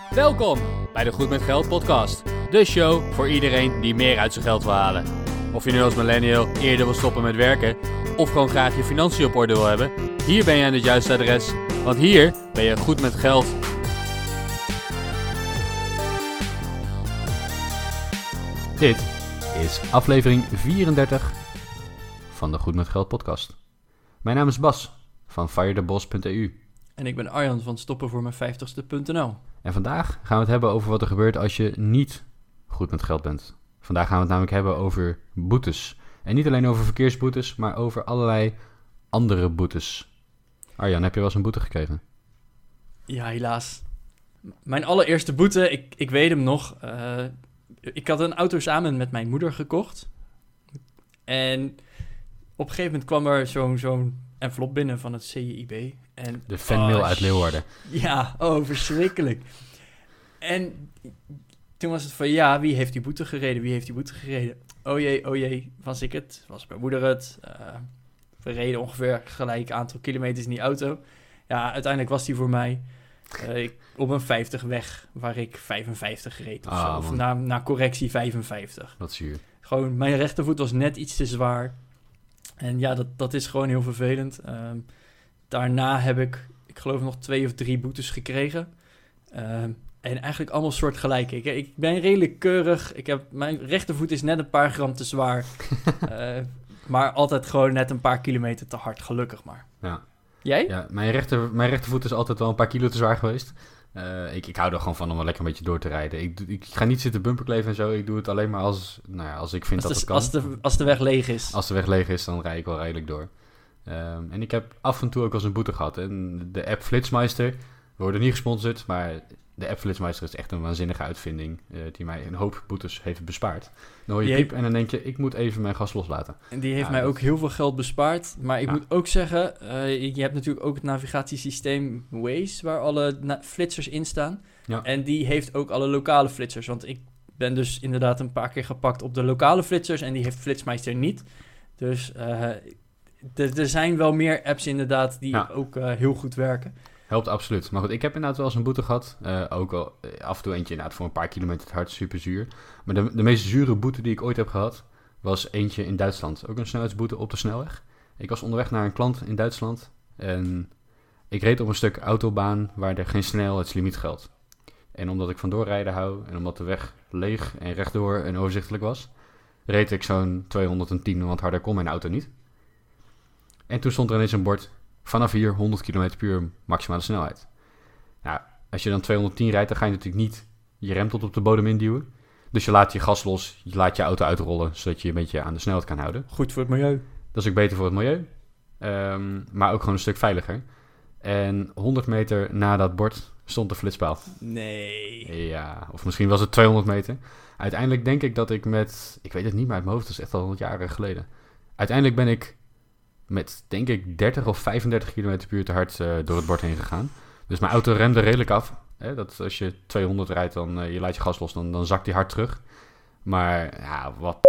Welkom bij de Goed met Geld podcast. De show voor iedereen die meer uit zijn geld wil halen. Of je nu als millennial eerder wil stoppen met werken of gewoon graag je financiën op orde wil hebben. Hier ben je aan het juiste adres, want hier ben je goed met geld. Dit is aflevering 34 van de Goed met Geld podcast. Mijn naam is Bas van firetheboss.eu. En ik ben Arjan van stoppenvoormijn50ste.nl. En vandaag gaan we het hebben over wat er gebeurt als je niet goed met geld bent. Vandaag gaan we het namelijk hebben over boetes. En niet alleen over verkeersboetes, maar over allerlei andere boetes. Arjan, heb je wel eens een boete gekregen? Ja, helaas. Mijn allereerste boete, ik weet hem nog. Ik had een auto samen met mijn moeder gekocht. En op een gegeven moment kwam er zo'n envelop binnen van het CIB. En, de fanmail uit Leeuwarden. Ja, verschrikkelijk. En toen was het van, ja, wie heeft die boete gereden? Oh jee, was ik het? Was mijn moeder het? We reden ongeveer gelijk aantal kilometers in die auto. Ja, uiteindelijk was die voor mij op een 50 weg, waar ik 55 reed of zo. Of na correctie 55. Wat zuur. Gewoon, mijn rechtervoet was net iets te zwaar. En ja, dat is gewoon heel vervelend. Daarna heb ik geloof nog 2 of 3 boetes gekregen. En eigenlijk allemaal soortgelijk. Ik ben redelijk keurig. Mijn rechtervoet is net een paar gram te zwaar. Maar altijd gewoon net een paar kilometer te hard, gelukkig maar. Ja. Jij? Ja, mijn rechtervoet is altijd wel een paar kilo te zwaar geweest. Ik hou er gewoon van om wel lekker een beetje door te rijden. Ik ga niet zitten bumperkleven en zo. Ik doe het alleen maar als ik vind dat het kan. Als de weg leeg is. Als de weg leeg is, dan rijd ik wel redelijk door. En ik heb af en toe ook wel eens een boete gehad. En de app Flitsmeister, we worden niet gesponsord, maar de app Flitsmeister is echt een waanzinnige uitvinding die mij een hoop boetes heeft bespaard. Dan hoor je piep en dan denk je, ik moet even mijn gas loslaten. En die heeft mij ook heel veel geld bespaard. Maar ik moet ook zeggen, je hebt natuurlijk ook het navigatiesysteem Waze, waar alle flitsers in staan. Ja. En die heeft ook alle lokale flitsers. Want ik ben dus inderdaad een paar keer gepakt op de lokale flitsers en die heeft Flitsmeister niet. Dus er zijn wel meer apps inderdaad die ook heel goed werken. Helpt absoluut. Maar goed, ik heb inderdaad wel eens een boete gehad. Ook al af en toe eentje inderdaad voor een paar kilometer hard, super zuur. Maar de meest zure boete die ik ooit heb gehad, was eentje in Duitsland. Ook een snelheidsboete op de snelweg. Ik was onderweg naar een klant in Duitsland. En ik reed op een stuk autobaan waar er geen snelheidslimiet geldt. En omdat ik van doorrijden hou en omdat de weg leeg en rechtdoor en overzichtelijk was, reed ik zo'n 210, want harder kon mijn auto niet. En toen stond er ineens een bord: vanaf hier 100 km per uur maximale snelheid. Nou, als je dan 210 rijdt, dan ga je natuurlijk niet je rem tot op de bodem induwen. Dus je laat je gas los, je laat je auto uitrollen, zodat je een beetje aan de snelheid kan houden. Goed voor het milieu. Dat is ook beter voor het milieu, maar ook gewoon een stuk veiliger. En 100 meter na dat bord stond de flitspaal. Nee. Ja, of misschien was het 200 meter. Uiteindelijk denk ik dat ik ik weet het niet meer uit mijn hoofd, dat is echt al jaren geleden. Uiteindelijk ben ik met, denk ik, 30 of 35 km per uur te hard door het bord heen gegaan. Dus mijn auto remde redelijk af. Hè? Dat als je 200 rijdt, dan je laat je gas los, dan zakt die hard terug. Maar ja, wat.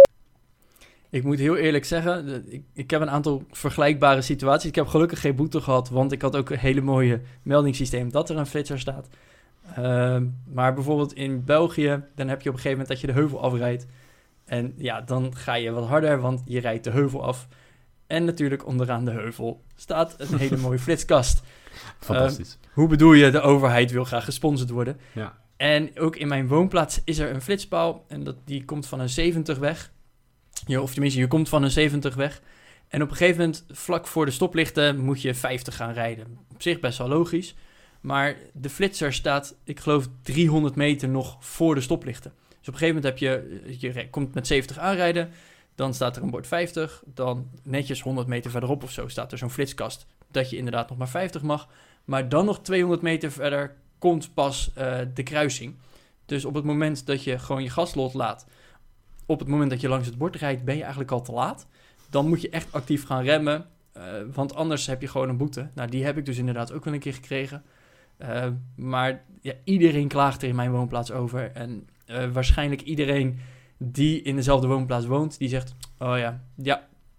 Ik moet heel eerlijk zeggen, ik heb een aantal vergelijkbare situaties. Ik heb gelukkig geen boete gehad, want ik had ook een hele mooie meldingssysteem dat er een flitser staat. Maar bijvoorbeeld in België, dan heb je op een gegeven moment dat je de heuvel afrijdt. En ja, dan ga je wat harder, want je rijdt de heuvel af. En natuurlijk onderaan de heuvel staat een hele mooie flitskast. Fantastisch. Hoe bedoel je, de overheid wil graag gesponsord worden. Ja. En ook in mijn woonplaats is er een flitspaal en die komt van een 70 weg. Of tenminste, je komt van een 70 weg. En op een gegeven moment, vlak voor de stoplichten, moet je 50 gaan rijden. Op zich best wel logisch. Maar de flitser staat, ik geloof, 300 meter nog voor de stoplichten. Dus op een gegeven moment je komt met 70 aanrijden. Dan staat er een bord 50. Dan netjes 100 meter verderop of zo staat er zo'n flitskast. Dat je inderdaad nog maar 50 mag. Maar dan nog 200 meter verder komt pas de kruising. Dus op het moment dat je gewoon je gas loslaat, op het moment dat je langs het bord rijdt, ben je eigenlijk al te laat. Dan moet je echt actief gaan remmen. Want anders heb je gewoon een boete. Nou, die heb ik dus inderdaad ook wel een keer gekregen. Maar ja, iedereen klaagt er in mijn woonplaats over. En waarschijnlijk iedereen die in dezelfde woonplaats woont, die zegt, oh ja,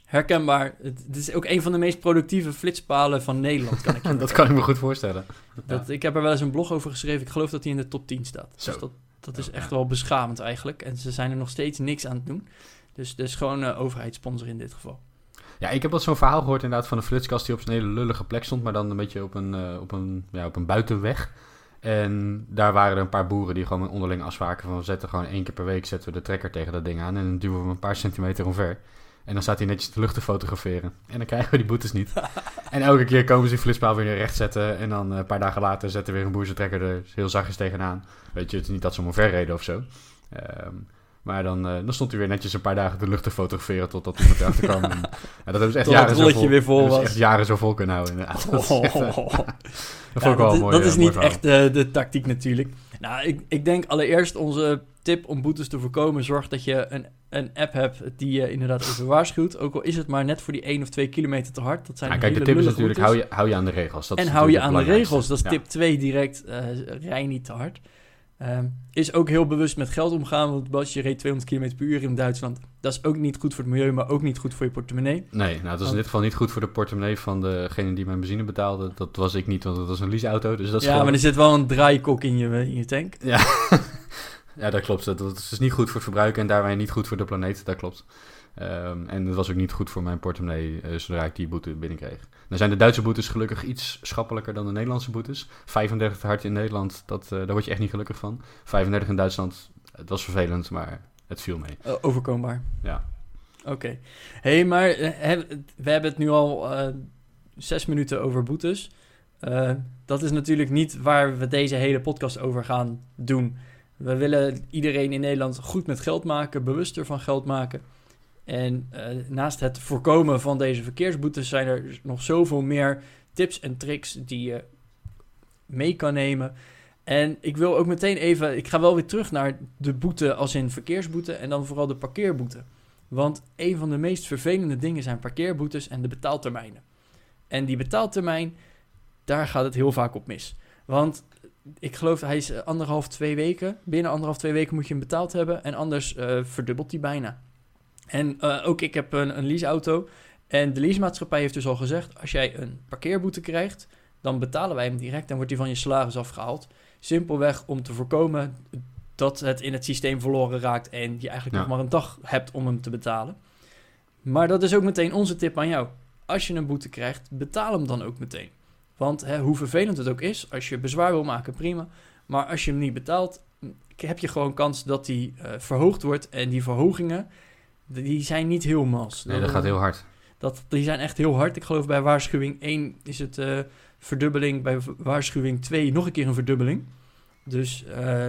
herkenbaar. Het is ook een van de meest productieve flitspalen van Nederland, kan ik je Dat kan ik me goed voorstellen. Ik heb er wel eens een blog over geschreven. Ik geloof dat hij in de top 10 staat. Zo. Dus dat is echt wel beschamend eigenlijk. En ze zijn er nog steeds niks aan het doen. Dus gewoon overheidssponsor in dit geval. Ja, ik heb wel zo'n verhaal gehoord inderdaad van een flitskast die op zo'n hele lullige plek stond, maar dan een beetje op een buitenweg. En daar waren er een paar boeren die gewoon onderling afspraken van we zetten gewoon 1 keer per week zetten we de trekker tegen dat ding aan en dan duwen we een paar centimeter omver. En dan staat hij netjes de lucht te fotograferen. En dan krijgen we die boetes niet. En elke keer komen ze die flitspaal weer recht zetten. En dan een paar dagen later zetten weer een boer zijn trekker er heel zachtjes tegenaan. Weet je, het is niet dat ze omver reden of zo. Maar dan stond hij weer netjes een paar dagen de lucht te fotograferen totdat iemand erachter kwam. En, dat hebben ze echt jaren zo vol. Weer vol was. Echt jaren zo vol kunnen houden. Dat vond ik wel mooi. Dat is niet verhaal. echt de tactiek natuurlijk. Nou, ik denk allereerst onze tip om boetes te voorkomen. Zorg dat je een app hebt die je inderdaad even waarschuwt. Ook al is het maar net voor die 1 of 2 kilometer te hard. Dat zijn kijk, de tip is natuurlijk hou je aan de regels. Dat en is hou je aan de regels. Dat is ja. tip 2 direct. Rij niet te hard. Is ook heel bewust met geld omgaan. Want Bas, je reed 200 km per uur in Duitsland. Dat is ook niet goed voor het milieu, maar ook niet goed voor je portemonnee. Nee, nou, het was in dit geval niet goed voor de portemonnee van degene die mijn benzine betaalde. Dat was ik niet, want dat was een leaseauto. Dus dat is maar er zit wel een draaikok in je tank. Ja. Ja, dat klopt. Dat is niet goed voor het verbruik en daarbij niet goed voor de planeet. Dat klopt. En het was ook niet goed voor mijn portemonnee zodra ik die boete binnenkreeg. Dan zijn de Duitse boetes gelukkig iets schappelijker dan de Nederlandse boetes. 35 te hard in Nederland, daar word je echt niet gelukkig van. 35 in Duitsland, het was vervelend, maar het viel mee. Overkombaar. Ja. Oké. Hey, maar we hebben het nu al 6 minuten over boetes. Dat is natuurlijk niet waar we deze hele podcast over gaan doen. We willen iedereen in Nederland goed met geld maken, bewuster van geld maken. En naast het voorkomen van deze verkeersboetes zijn er nog zoveel meer tips en tricks die je mee kan nemen. En ik wil ook meteen even, ik ga wel weer terug naar de boete als in verkeersboete en dan vooral de parkeerboete. Want een van de meest vervelende dingen zijn parkeerboetes en de betaaltermijnen. En die betaaltermijn, daar gaat het heel vaak op mis. Want ik geloof, hij is 1,5-2 weken. Binnen 1,5-2 weken moet je hem betaald hebben. En anders verdubbelt hij bijna. En ook ik heb een leaseauto. En de leasemaatschappij heeft dus al gezegd, als jij een parkeerboete krijgt, dan betalen wij hem direct en wordt die van je salaris afgehaald. Simpelweg om te voorkomen dat het in het systeem verloren raakt en je eigenlijk nog maar een dag hebt om hem te betalen. Maar dat is ook meteen onze tip aan jou. Als je een boete krijgt, betaal hem dan ook meteen. Want hoe vervelend het ook is, als je bezwaar wil maken, prima. Maar als je hem niet betaalt, heb je gewoon kans dat die verhoogd wordt. En die verhogingen, die zijn niet heel mals. Nee, dat gaat heel hard. Die zijn echt heel hard. Ik geloof bij waarschuwing 1 is het verdubbeling. Bij waarschuwing 2 nog een keer een verdubbeling. Dus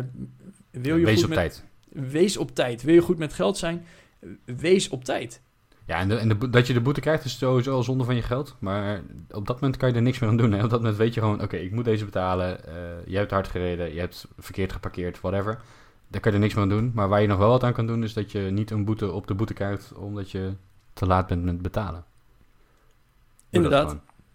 wil je wees goed op tijd. Wees op tijd. Wil je goed met geld zijn, wees op tijd. Ja, dat je de boete krijgt is sowieso al zonde van je geld. Maar op dat moment kan je er niks meer aan doen. Hè? Op dat moment weet je gewoon, oké, ik moet deze betalen. Je hebt hard gereden, je hebt verkeerd geparkeerd, whatever. Daar kan je er niks meer aan doen. Maar waar je nog wel wat aan kan doen, is dat je niet een boete op de boete krijgt omdat je te laat bent met betalen. Inderdaad.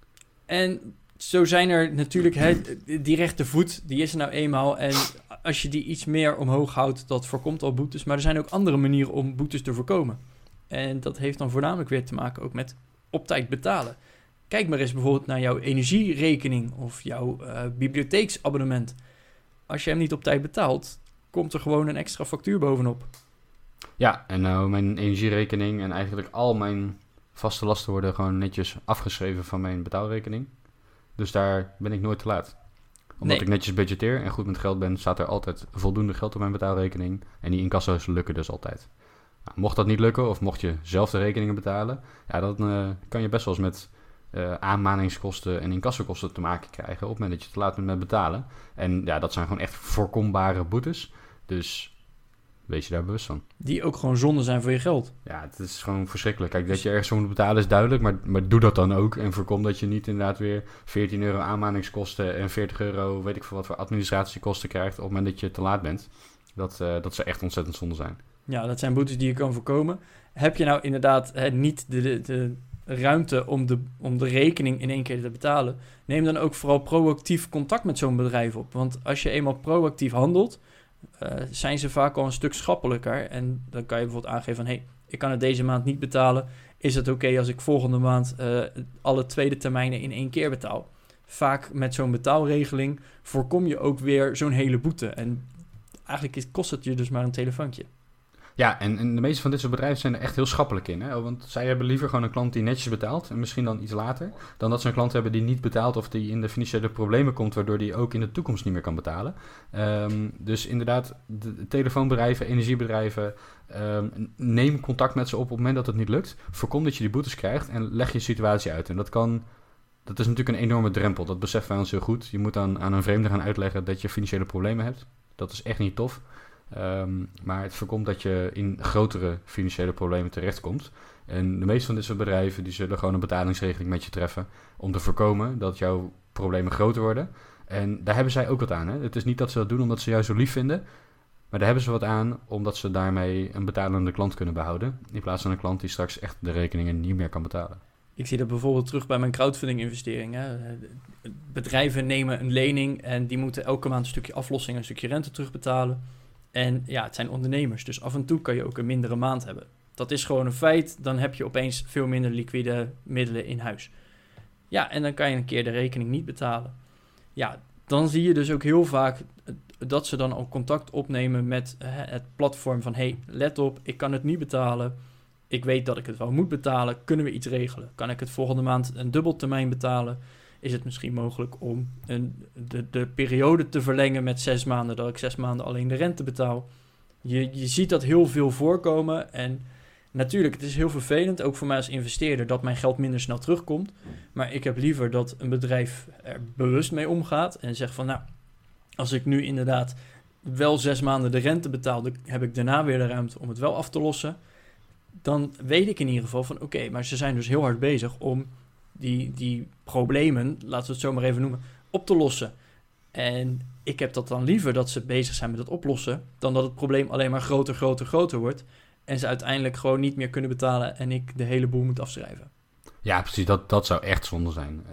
En zo zijn er natuurlijk, die rechtervoet, die is er nou eenmaal. En als je die iets meer omhoog houdt, dat voorkomt al boetes. Maar er zijn ook andere manieren om boetes te voorkomen. En dat heeft dan voornamelijk weer te maken ook met op tijd betalen. Kijk maar eens bijvoorbeeld naar jouw energierekening of jouw bibliotheeksabonnement. Als je hem niet op tijd betaalt, komt er gewoon een extra factuur bovenop. Ja, en nou mijn energierekening en eigenlijk al mijn vaste lasten worden gewoon netjes afgeschreven van mijn betaalrekening. Dus daar ben ik nooit te laat. Omdat ik netjes budgeteer en goed met geld ben, staat er altijd voldoende geld op mijn betaalrekening. En die incasso's lukken dus altijd. Nou, mocht dat niet lukken of mocht je zelf de rekeningen betalen, ja, dan kan je best wel eens met aanmaningskosten en incassokosten te maken krijgen op het moment dat je te laat bent met betalen. En ja, dat zijn gewoon echt voorkombare boetes. Dus wees je daar bewust van. Die ook gewoon zonde zijn voor je geld. Ja, het is gewoon verschrikkelijk. Kijk, dat je ergens voor moet betalen is duidelijk, maar doe dat dan ook. En voorkom dat je niet inderdaad weer €14 aanmaningskosten en €40, weet ik veel wat voor administratiekosten krijgt op het moment dat je te laat bent. Dat zou echt ontzettend zonde zijn. Ja, dat zijn boetes die je kan voorkomen. Heb je nou inderdaad niet de ruimte om de rekening in één keer te betalen, neem dan ook vooral proactief contact met zo'n bedrijf op. Want als je eenmaal proactief handelt, zijn ze vaak al een stuk schappelijker. En dan kan je bijvoorbeeld aangeven van, ik kan het deze maand niet betalen. is het oké als ik volgende maand alle tweede termijnen in 1 keer betaal? Vaak met zo'n betaalregeling voorkom je ook weer zo'n hele boete. En eigenlijk kost het je dus maar een telefoontje. Ja, en de meeste van dit soort bedrijven zijn er echt heel schappelijk in. Hè? Want zij hebben liever gewoon een klant die netjes betaalt, en misschien dan iets later, dan dat ze een klant hebben die niet betaalt of die in de financiële problemen komt, waardoor die ook in de toekomst niet meer kan betalen. Dus inderdaad, de telefoonbedrijven, energiebedrijven, neem contact met ze op het moment dat het niet lukt. Voorkom dat je die boetes krijgt en leg je situatie uit. En dat is natuurlijk een enorme drempel. Dat beseffen wij ons heel goed. Je moet dan aan een vreemde gaan uitleggen dat je financiële problemen hebt. Dat is echt niet tof. Maar het voorkomt dat je in grotere financiële problemen terechtkomt. En de meeste van dit soort bedrijven die zullen gewoon een betalingsregeling met je treffen om te voorkomen dat jouw problemen groter worden. En daar hebben zij ook wat aan. Hè? Het is niet dat ze dat doen omdat ze jou zo lief vinden, maar daar hebben ze wat aan omdat ze daarmee een betalende klant kunnen behouden, in plaats van een klant die straks echt de rekeningen niet meer kan betalen. Ik zie dat bijvoorbeeld terug bij mijn crowdfunding investeringen. Bedrijven nemen een lening en die moeten elke maand een stukje aflossing, een stukje rente terugbetalen. En ja, het zijn ondernemers, dus af en toe kan je ook een mindere maand hebben. Dat is gewoon een feit, dan heb je opeens veel minder liquide middelen in huis. Ja, en dan kan je een keer de rekening niet betalen. Ja, dan zie je dus ook heel vaak dat ze dan ook contact opnemen met het platform van hey, let op, ik kan het niet betalen. Ik weet dat ik het wel moet betalen. Kunnen we iets regelen? Kan ik het volgende maand een dubbeltermijn betalen? Is het misschien mogelijk om de periode te verlengen met 6 maanden, dat ik 6 maanden alleen de rente betaal? Je ziet dat heel veel voorkomen en natuurlijk, het is heel vervelend, ook voor mij als investeerder, dat mijn geld minder snel terugkomt. Maar ik heb liever dat een bedrijf er bewust mee omgaat en zegt van nou, als ik nu inderdaad wel 6 maanden de rente betaal, dan heb ik daarna weer de ruimte om het wel af te lossen. Dan weet ik in ieder geval van oké, maar ze zijn dus heel hard bezig om die problemen, laten we het zo maar even noemen, op te lossen. En ik heb dat dan liever dat ze bezig zijn met het oplossen, dan dat het probleem alleen maar groter wordt en ze uiteindelijk gewoon niet meer kunnen betalen en ik de hele boel moet afschrijven. Ja, precies. Dat zou echt zonde zijn.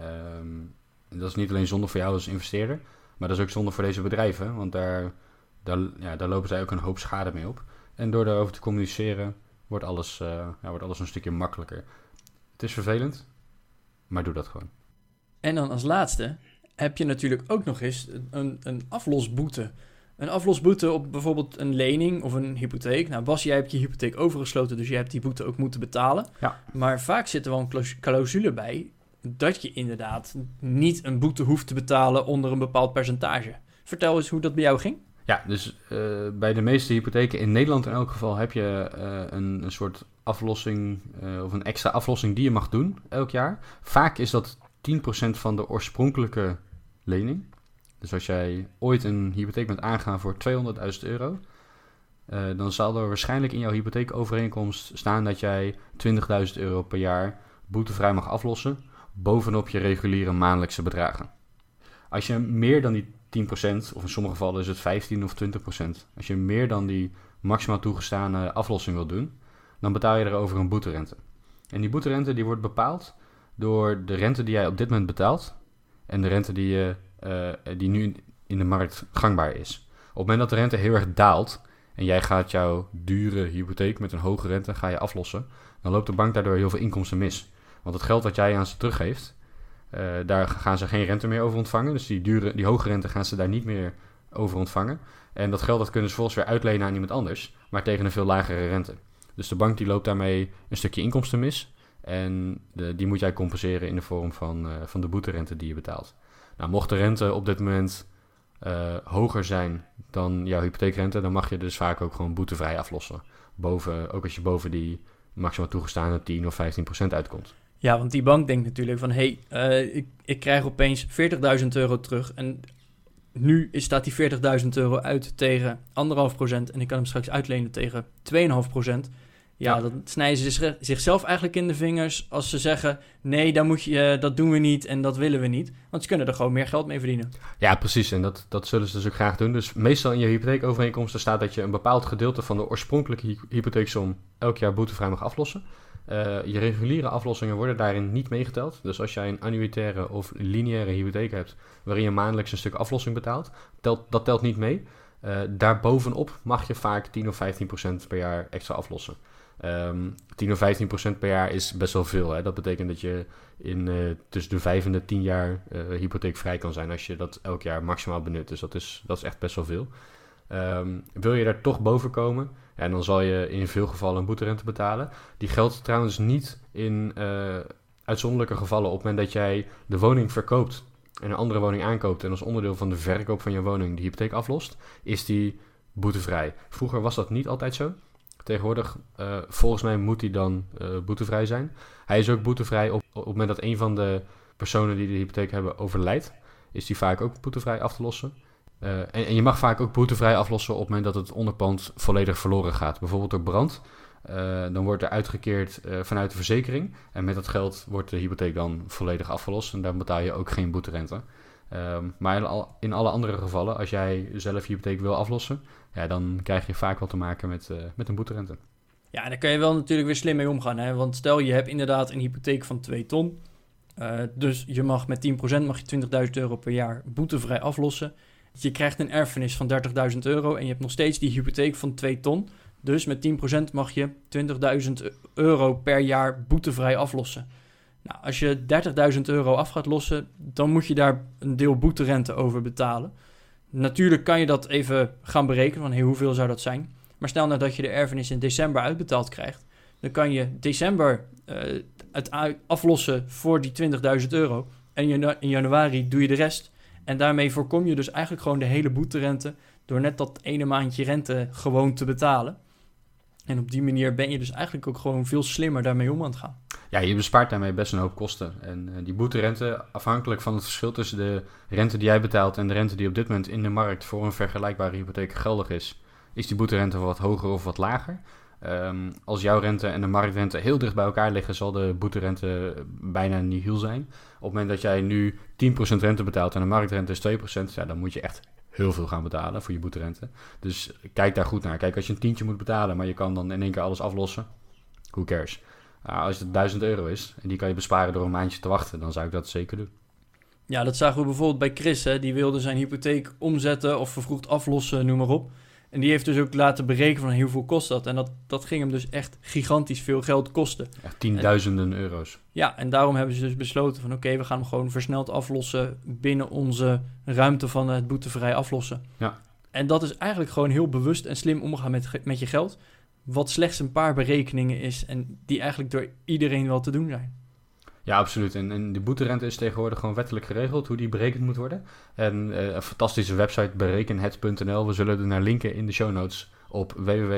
Dat is niet alleen zonde voor jou als investeerder, maar dat is ook zonde voor deze bedrijven, want daar lopen zij ook een hoop schade mee op. En door daarover te communiceren wordt alles een stukje makkelijker. Het is vervelend, maar doe dat gewoon. En dan als laatste heb je natuurlijk ook nog eens een aflosboete. Een aflosboete op bijvoorbeeld een lening of een hypotheek. Nou Bas, jij hebt je hypotheek overgesloten, dus je hebt die boete ook moeten betalen. Ja. Maar vaak zit er wel een clausule bij dat je inderdaad niet een boete hoeft te betalen onder een bepaald percentage. Vertel eens hoe dat bij jou ging. Ja, dus bij de meeste hypotheken in Nederland in elk geval heb je een soort aflossing of een extra aflossing die je mag doen elk jaar. Vaak is dat 10% van de oorspronkelijke lening. Dus als jij ooit een hypotheek bent aangegaan voor €200.000, dan zal er waarschijnlijk in jouw hypotheekovereenkomst staan dat jij €20.000 per jaar boetevrij mag aflossen bovenop je reguliere maandelijkse bedragen. Als je meer dan die 10%, of in sommige gevallen is het 15 of 20%. Als je meer dan die maximaal toegestane aflossing wil doen, dan betaal je erover een boeterente. En die boeterente die wordt bepaald door de rente die jij op dit moment betaalt en de rente die nu in de markt gangbaar is. Op het moment dat de rente heel erg daalt en jij gaat jouw dure hypotheek met een hoge rente ga je aflossen, dan loopt de bank daardoor heel veel inkomsten mis. Want het geld wat jij aan ze teruggeeft, daar gaan ze geen rente meer over ontvangen. Dus die hoge rente gaan ze daar niet meer over ontvangen. En dat geld dat kunnen ze volgens weer uitlenen aan iemand anders, maar tegen een veel lagere rente. Dus de bank die loopt daarmee een stukje inkomsten mis. En die moet jij compenseren in de vorm van de boeterente die je betaalt. Nou, mocht de rente op dit moment hoger zijn dan jouw hypotheekrente, dan mag je dus vaak ook gewoon boetevrij aflossen. Ook als je boven die maximaal toegestane 10 of 15% uitkomt. Ja, want die bank denkt natuurlijk van ik krijg opeens €40.000 terug en nu staat die €40.000 uit tegen 1,5% en ik kan hem straks uitlenen tegen 2,5%. Ja, dan snijden ze zichzelf eigenlijk in de vingers als ze zeggen nee, dat doen we niet en dat willen we niet. Want ze kunnen er gewoon meer geld mee verdienen. Ja, precies. En dat zullen ze dus ook graag doen. Dus meestal in je hypotheekovereenkomsten staat dat je een bepaald gedeelte van de oorspronkelijke hypotheeksom elk jaar boetevrij mag aflossen. Je reguliere aflossingen worden daarin niet meegeteld. Dus als jij een annuitaire of lineaire hypotheek hebt waarin je maandelijks een stuk aflossing betaalt, dat telt niet mee. Daarbovenop mag je vaak 10 of 15% per jaar extra aflossen. 10 of 15% per jaar is best wel veel. Hè? Dat betekent dat je tussen de 5 en de 10 jaar hypotheekvrij kan zijn als je dat elk jaar maximaal benut. Dus dat is echt best wel veel. Wil je daar toch boven komen, en dan zal je in veel gevallen een boeterente betalen. Die geldt trouwens niet in uitzonderlijke gevallen op het moment dat jij de woning verkoopt en een andere woning aankoopt en als onderdeel van de verkoop van je woning de hypotheek aflost, is die boetevrij. Vroeger was dat niet altijd zo. Tegenwoordig, volgens mij moet die dan boetevrij zijn. Hij is ook boetevrij op het moment dat een van de personen die de hypotheek hebben overlijdt, is die vaak ook boetevrij af te lossen. En je mag vaak ook boetevrij aflossen op het moment dat het onderpand volledig verloren gaat. Bijvoorbeeld door brand. Dan wordt er uitgekeerd vanuit de verzekering. En met dat geld wordt de hypotheek dan volledig afgelost. En dan betaal je ook geen boeterente. Maar in alle andere gevallen, als jij zelf je hypotheek wil aflossen, ja, dan krijg je vaak wel te maken met een boeterente. Ja, daar kan je wel natuurlijk weer slim mee omgaan. Hè? Want stel je hebt inderdaad een hypotheek van 2 ton. Dus je mag met 10% mag je €20.000 per jaar boetevrij aflossen. Je krijgt een erfenis van €30.000 en je hebt nog steeds die hypotheek van 2 ton. Dus met 10% mag je €20.000 per jaar boetevrij aflossen. Nou, als je €30.000 af gaat lossen, dan moet je daar een deel boeterente over betalen. Natuurlijk kan je dat even gaan berekenen, van hoeveel zou dat zijn. Maar stel nou dat je de erfenis in december uitbetaald krijgt, dan kan je december het aflossen voor die €20.000 en in januari doe je de rest. En daarmee voorkom je dus eigenlijk gewoon de hele boeterente door net dat ene maandje rente gewoon te betalen. En op die manier ben je dus eigenlijk ook gewoon veel slimmer daarmee om aan het gaan. Ja, je bespaart daarmee best een hoop kosten. En die boeterente, afhankelijk van het verschil tussen de rente die jij betaalt en de rente die op dit moment in de markt voor een vergelijkbare hypotheek geldig is die boeterente wat hoger of wat lager. Als jouw rente en de marktrente heel dicht bij elkaar liggen, zal de boeterente bijna nihil zijn. Op het moment dat jij nu 10% rente betaalt en de marktrente is 2%, ja, dan moet je echt heel veel gaan betalen voor je boeterente. Dus kijk daar goed naar. Kijk, als je een tientje moet betalen, maar je kan dan in één keer alles aflossen, who cares? Als het €1.000 is en die kan je besparen door een maandje te wachten, dan zou ik dat zeker doen. Ja, dat zagen we bijvoorbeeld bij Chris. Hè? Die wilde zijn hypotheek omzetten of vervroegd aflossen, noem maar op. En die heeft dus ook laten berekenen van hoeveel kost dat. En dat ging hem dus echt gigantisch veel geld kosten. Echt tienduizenden euro's. Ja, en daarom hebben ze dus besloten van oké, we gaan hem gewoon versneld aflossen binnen onze ruimte van het boetevrij aflossen. Ja. En dat is eigenlijk gewoon heel bewust en slim omgaan met je geld. Wat slechts een paar berekeningen is en die eigenlijk door iedereen wel te doen zijn. Ja, absoluut. En de boeterente is tegenwoordig gewoon wettelijk geregeld, hoe die berekend moet worden. En een fantastische website, berekenhet.nl. We zullen er naar linken in de show notes op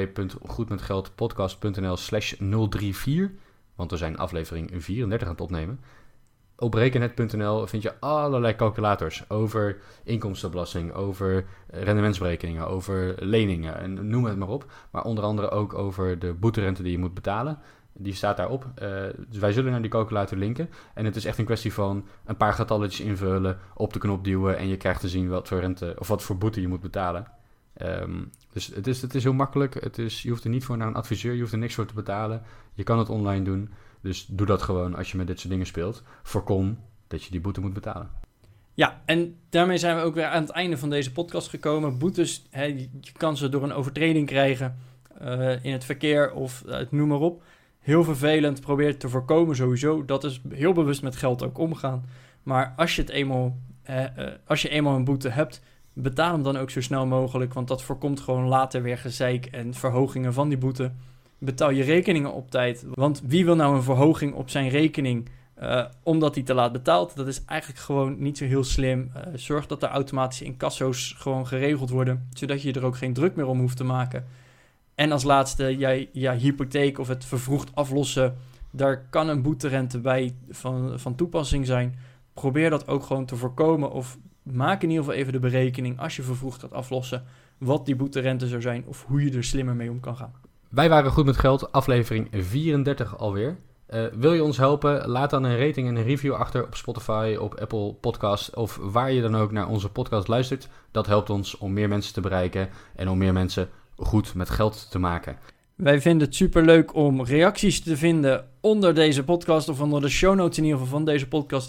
www.goedmetgeldpodcast.nl/034. Want we zijn aflevering 34 aan het opnemen. Op berekenhet.nl vind je allerlei calculators over inkomstenbelasting, over rendementsberekeningen, over leningen en noem het maar op. Maar onder andere ook over de boeterente die je moet betalen. Die staat daarop. Dus wij zullen naar die calculator linken. En het is echt een kwestie van een paar getalletjes invullen, op de knop duwen en je krijgt te zien wat voor rente of wat voor boete je moet betalen. Dus het is heel makkelijk. Je hoeft er niet voor naar een adviseur, je hoeft er niks voor te betalen. Je kan het online doen. Dus doe dat gewoon als je met dit soort dingen speelt. Voorkom dat je die boete moet betalen. Ja, en daarmee zijn we ook weer aan het einde van deze podcast gekomen. Boetes, je kan ze door een overtreding krijgen in het verkeer of noem maar op. Heel vervelend, probeer het te voorkomen sowieso. Dat is heel bewust met geld ook omgaan. Maar als je eenmaal een boete hebt, betaal hem dan ook zo snel mogelijk. Want dat voorkomt gewoon later weer gezeik en verhogingen van die boete. Betaal je rekeningen op tijd. Want wie wil nou een verhoging op zijn rekening omdat hij te laat betaalt? Dat is eigenlijk gewoon niet zo heel slim. Zorg dat er automatische incasso's gewoon geregeld worden, zodat je er ook geen druk meer om hoeft te maken. En als laatste, jij hypotheek of het vervroegd aflossen, daar kan een boeterente bij van toepassing zijn. Probeer dat ook gewoon te voorkomen of maak in ieder geval even de berekening als je vervroegd gaat aflossen, wat die boeterente zou zijn of hoe je er slimmer mee om kan gaan. Wij waren Goed met Geld, aflevering 34 alweer. Wil je ons helpen? Laat dan een rating en een review achter op Spotify, op Apple Podcasts of waar je dan ook naar onze podcast luistert. Dat helpt ons om meer mensen te bereiken en om meer mensen goed met geld te maken. Wij vinden het superleuk om reacties te vinden onder deze podcast of onder de show notes in ieder geval van deze podcast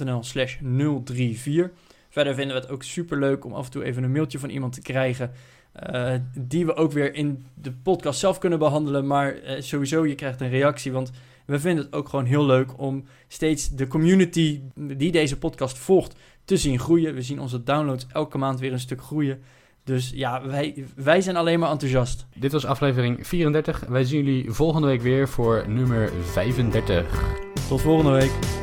www.goedmetgeldpodcast.nl/034. Verder vinden we het ook superleuk om af en toe even een mailtje van iemand te krijgen Die we ook weer in de podcast zelf kunnen behandelen. Maar sowieso, je krijgt een reactie. Want we vinden het ook gewoon heel leuk om steeds de community die deze podcast volgt te zien groeien. We zien onze downloads elke maand weer een stuk groeien. Dus ja, wij zijn alleen maar enthousiast. Dit was aflevering 34. Wij zien jullie volgende week weer voor nummer 35. Tot volgende week.